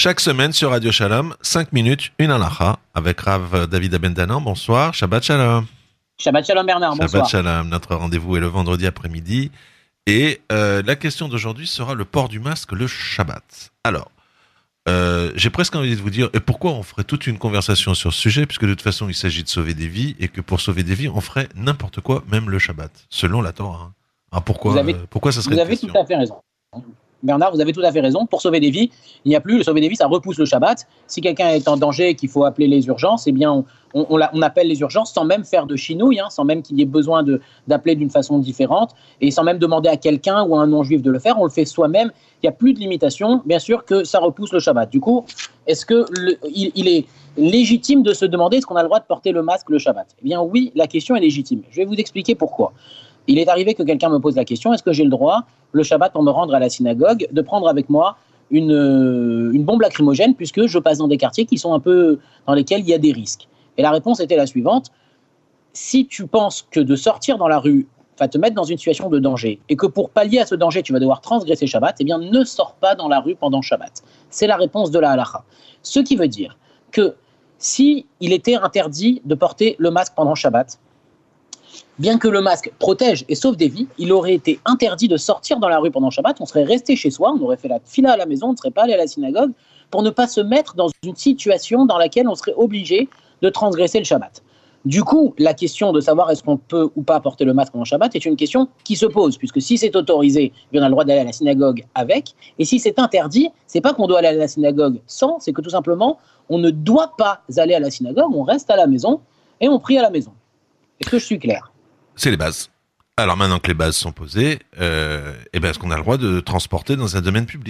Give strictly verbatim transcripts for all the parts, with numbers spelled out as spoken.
Chaque semaine sur Radio Shalom, cinq minutes, une halakha, avec Rav David Abendanan. Bonsoir, Shabbat Shalom. Shabbat Shalom Bernard, bonsoir. Shabbat Shalom, notre rendez-vous est le vendredi après-midi. Et euh, la question d'aujourd'hui sera le port du masque le Shabbat. Alors, euh, j'ai presque envie de vous dire, et pourquoi on ferait toute une conversation sur ce sujet, puisque de toute façon il s'agit de sauver des vies, et que pour sauver des vies, on ferait n'importe quoi, même le Shabbat, selon la Torah. Alors pourquoi, vous avez, euh, pourquoi ça serait Vous une avez question tout à fait raison. Bernard, vous avez tout à fait raison. Pour sauver des vies, il n'y a plus le sauver des vies, ça repousse le Shabbat. Si quelqu'un est en danger et qu'il faut appeler les urgences, eh bien, on, on, on, on appelle les urgences sans même faire de chinouille, hein, sans même qu'il y ait besoin de, d'appeler d'une façon différente et sans même demander à quelqu'un ou à un non-juif de le faire. On le fait soi-même. Il n'y a plus de limitation. Bien sûr que ça repousse le Shabbat. Du coup, est-ce que le, il, il est légitime de se demander est-ce qu'on a le droit de porter le masque le Shabbat ? Eh bien, oui, la question est légitime. Je vais vous expliquer pourquoi. Il est arrivé que quelqu'un me pose la question, est-ce que j'ai le droit, le Shabbat, pour me rendre à la synagogue, de prendre avec moi une, une bombe lacrymogène, puisque je passe dans des quartiers qui sont un peu dans lesquels il y a des risques. Et la réponse était la suivante, si tu penses que de sortir dans la rue va te mettre dans une situation de danger, et que pour pallier à ce danger, tu vas devoir transgresser Shabbat, eh bien ne sors pas dans la rue pendant Shabbat. C'est la réponse de la halakha. Ce qui veut dire que si il était interdit de porter le masque pendant Shabbat, bien que le masque protège et sauve des vies, il aurait été interdit de sortir dans la rue pendant Shabbat, on serait resté chez soi, on aurait fait la fila à la maison, on ne serait pas allé à la synagogue, pour ne pas se mettre dans une situation dans laquelle on serait obligé de transgresser le Shabbat. Du coup, la question de savoir est-ce qu'on peut ou pas porter le masque pendant Shabbat est une question qui se pose, puisque si c'est autorisé, on a le droit d'aller à la synagogue avec, et si c'est interdit, c'est pas qu'on doit aller à la synagogue sans, c'est que tout simplement, on ne doit pas aller à la synagogue, on reste à la maison et on prie à la maison. Est-ce que je suis clair ? C'est les bases. Alors maintenant que les bases sont posées, euh, eh ben, est-ce qu'on a le droit de transporter dans un domaine public ?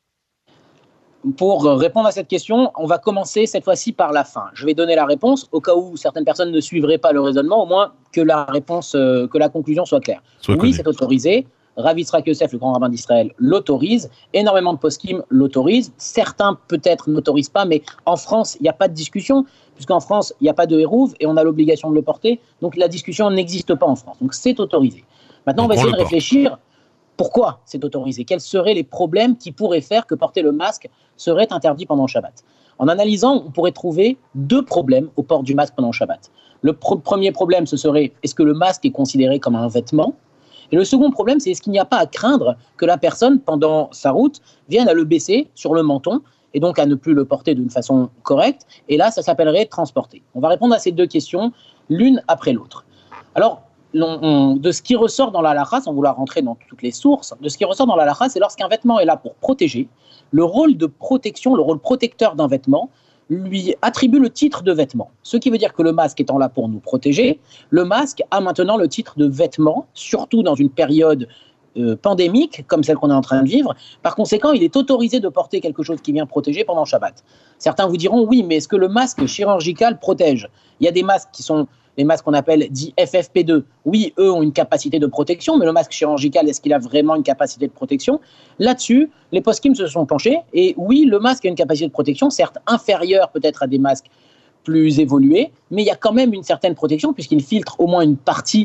Pour répondre à cette question, on va commencer cette fois-ci par la fin. Je vais donner la réponse, au cas où certaines personnes ne suivraient pas le raisonnement, au moins que la réponse, euh, que la conclusion soit claire. Soit oui, connu. c'est autorisé. Rav Yitzhak Yosef, le grand rabbin d'Israël, l'autorise. Énormément de poskim l'autorisent. Certains, peut-être, n'autorisent pas, mais en France, il n'y a pas de discussion, puisqu'en France, il n'y a pas de hérouve et on a l'obligation de le porter. Donc, la discussion n'existe pas en France. Donc, c'est autorisé. Maintenant, Donc, on va on essayer de porte. réfléchir pourquoi c'est autorisé. Quels seraient les problèmes qui pourraient faire que porter le masque serait interdit pendant le Shabbat ? En analysant, on pourrait trouver deux problèmes au port du masque pendant le Shabbat. Le pr- premier problème, ce serait, est-ce que le masque est considéré comme un vêtement ? Et le second problème, c'est est-ce qu'il n'y a pas à craindre que la personne, pendant sa route, vienne à le baisser sur le menton et donc à ne plus le porter d'une façon correcte. Et là, ça s'appellerait transporter. On va répondre à ces deux questions, l'une après l'autre. Alors, on, on, de ce qui ressort dans la halakha, sans vouloir rentrer dans toutes les sources, de ce qui ressort dans la halakha, c'est lorsqu'un vêtement est là pour protéger, le rôle de protection, le rôle protecteur d'un vêtement, lui attribue le titre de vêtement. Ce qui veut dire que le masque étant là pour nous protéger, le masque a maintenant le titre de vêtement, surtout dans une période euh, pandémique comme celle qu'on est en train de vivre. Par conséquent, il est autorisé de porter quelque chose qui vient protéger pendant Shabbat. Certains vous diront, oui, mais est-ce que le masque chirurgical protège ? Il y a des masques qui sont les masques qu'on appelle dits F F P deux. Oui, eux ont une capacité de protection, mais le masque chirurgical, est-ce qu'il a vraiment une capacité de protection ? Là-dessus, les poskim se sont penchés, et oui, le masque a une capacité de protection, certes inférieure peut-être à des masques plus évolués, mais il y a quand même une certaine protection, puisqu'il filtre au moins une partie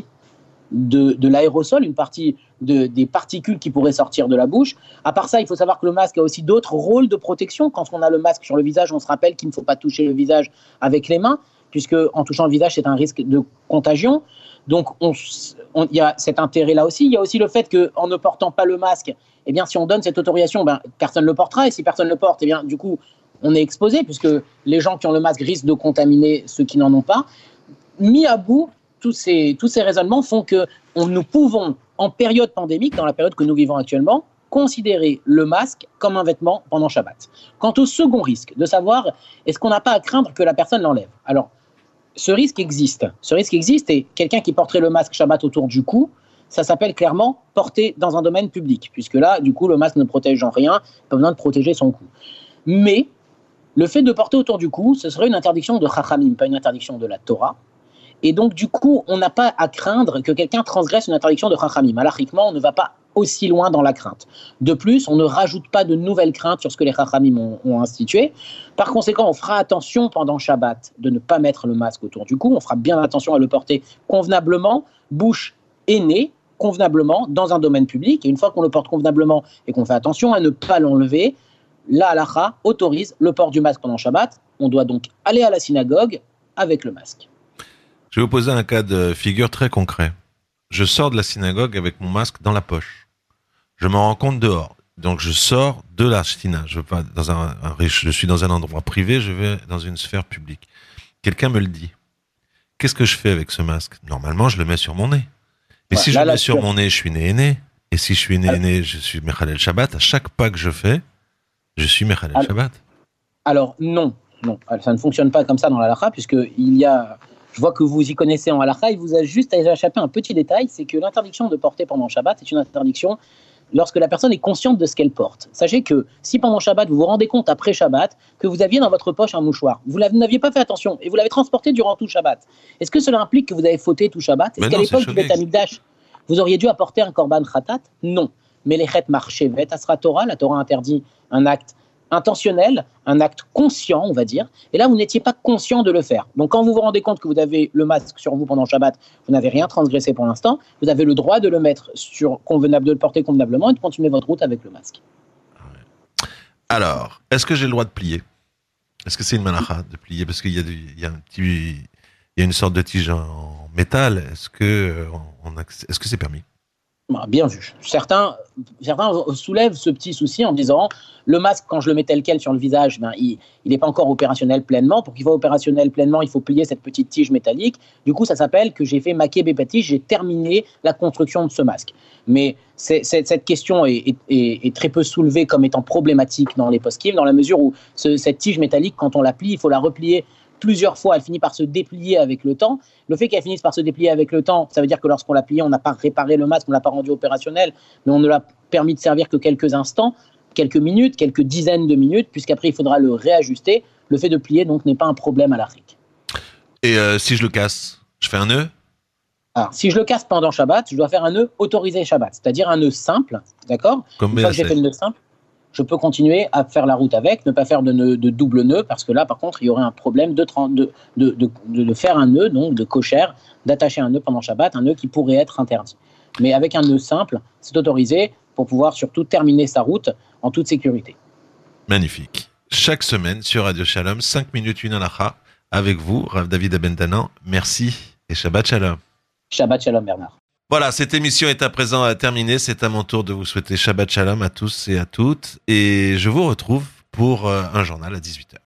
de, de l'aérosol, une partie de, des particules qui pourraient sortir de la bouche. À part ça, il faut savoir que le masque a aussi d'autres rôles de protection. Quand on a le masque sur le visage, on se rappelle qu'il ne faut pas toucher le visage avec les mains, puisque en touchant le visage, c'est un risque de contagion. Donc, il y a cet intérêt-là aussi. Il y a aussi le fait qu'en ne portant pas le masque, eh bien, si on donne cette autorisation, ben, personne ne le portera. Et si personne ne le porte, eh bien, du coup, on est exposé, puisque les gens qui ont le masque risquent de contaminer ceux qui n'en ont pas. Mis à bout, tous ces, tous ces raisonnements font que on, nous pouvons, en période pandémique, dans la période que nous vivons actuellement, considérer le masque comme un vêtement pendant Shabbat. Quant au second risque, de savoir est-ce qu'on n'a pas à craindre que la personne l'enlève. Alors, ce risque existe. Ce risque existe et quelqu'un qui porterait le masque Shabbat autour du cou, ça s'appelle clairement porter dans un domaine public, puisque là, du coup, le masque ne protège en rien, pas besoin de protéger son cou. Mais le fait de porter autour du cou, ce serait une interdiction de Chachamim, pas une interdiction de la Torah. Et donc, du coup, on n'a pas à craindre que quelqu'un transgresse une interdiction de Chachamim. Halachiquement, on ne va pas aussi loin dans la crainte. De plus, on ne rajoute pas de nouvelles craintes sur ce que les Chachamim ont, ont institué. Par conséquent, on fera attention pendant Shabbat de ne pas mettre le masque autour du cou. On fera bien attention à le porter convenablement, bouche et nez, convenablement, dans un domaine public. Et une fois qu'on le porte convenablement et qu'on fait attention à ne pas l'enlever, la halakha autorise le port du masque pendant Shabbat. On doit donc aller à la synagogue avec le masque. Je vais vous poser un cas de figure très concret. Je sors de la synagogue avec mon masque dans la poche. Je m'en rends compte dehors. Donc je sors de la synagogue. Je, veux pas dans un, un, je suis dans un endroit privé, je vais dans une sphère publique. Quelqu'un me le dit. Qu'est-ce que je fais avec ce masque ? Normalement, je le mets sur mon nez. Mais ouais, si là, je le mets sur mon nez, je suis né-né. Et si je suis né-né, je suis Mechalel Shabbat. À chaque pas que je fais, je suis Mechalel alors, Shabbat. Alors non, non, ça ne fonctionne pas comme ça dans la halakha, puisqu'il y a... Je vois que vous y connaissez en halakha, il vous a juste échappé un petit détail, c'est que l'interdiction de porter pendant Shabbat est une interdiction lorsque la personne est consciente de ce qu'elle porte. Sachez que si pendant Shabbat, vous vous rendez compte après Shabbat que vous aviez dans votre poche un mouchoir, vous n'aviez pas fait attention et vous l'avez transporté durant tout Shabbat, est-ce que cela implique que vous avez fauté tout Shabbat ? Est-ce Mais qu'à non, l'époque du Beth Amikdash, vous auriez dû apporter un korban khatat ? Non. Mais les chet marchevet asra Torah, la Torah interdit un acte intentionnel, un acte conscient, on va dire, et là vous n'étiez pas conscient de le faire. Donc quand vous vous rendez compte que vous avez le masque sur vous pendant Shabbat, vous n'avez rien transgressé pour l'instant, vous avez le droit de le mettre sur convenable, de le porter convenablement et de continuer votre route avec le masque. Alors, est-ce que j'ai le droit de plier ? Est-ce que c'est une malacha de plier ? Parce qu'il y a, du, il y a un petit, il y a une sorte de tige en métal. Est-ce que on a, est-ce que c'est permis ? Bien vu. Certains, certains soulèvent ce petit souci en disant le masque, quand je le mets tel quel sur le visage, ben, il n'est pas encore opérationnel pleinement. Pour qu'il soit opérationnel pleinement, il faut plier cette petite tige métallique. Du coup, ça s'appelle que j'ai fait maquer bépati, j'ai terminé la construction de ce masque. Mais c'est, c'est, cette question est, est, est, est très peu soulevée comme étant problématique dans les post-kim, dans la mesure où ce, cette tige métallique, quand on la plie, il faut la replier plusieurs fois, elle finit par se déplier avec le temps. Le fait qu'elle finisse par se déplier avec le temps, ça veut dire que lorsqu'on l'a plié, on n'a pas réparé le masque, on ne l'a pas rendu opérationnel, mais on ne l'a permis de servir que quelques instants, quelques minutes, quelques dizaines de minutes, puisqu'après il faudra le réajuster. Le fait de plier, donc, n'est pas un problème à l'Afrique. Et euh, si je le casse, je fais un nœud ? Alors, si je le casse pendant Shabbat, je dois faire un nœud autorisé Shabbat, c'est-à-dire un nœud simple, d'accord ? Comme Une fois que j'ai fait le nœud simple, je peux continuer à faire la route avec, ne pas faire de, nœud, de double nœud, parce que là, par contre, il y aurait un problème de, de, de, de, de faire un nœud, donc de kosher, d'attacher un nœud pendant Shabbat, un nœud qui pourrait être interdit. Mais avec un nœud simple, c'est autorisé pour pouvoir surtout terminer sa route en toute sécurité. Magnifique. Chaque semaine sur Radio Shalom, cinq minutes, une halakha, avec vous, Rav David Abentanan. Merci et Shabbat Shalom. Shabbat Shalom, Bernard. Voilà, cette émission est à présent terminée. C'est à mon tour de vous souhaiter Shabbat Shalom à tous et à toutes. Et je vous retrouve pour un journal à dix-huit heures.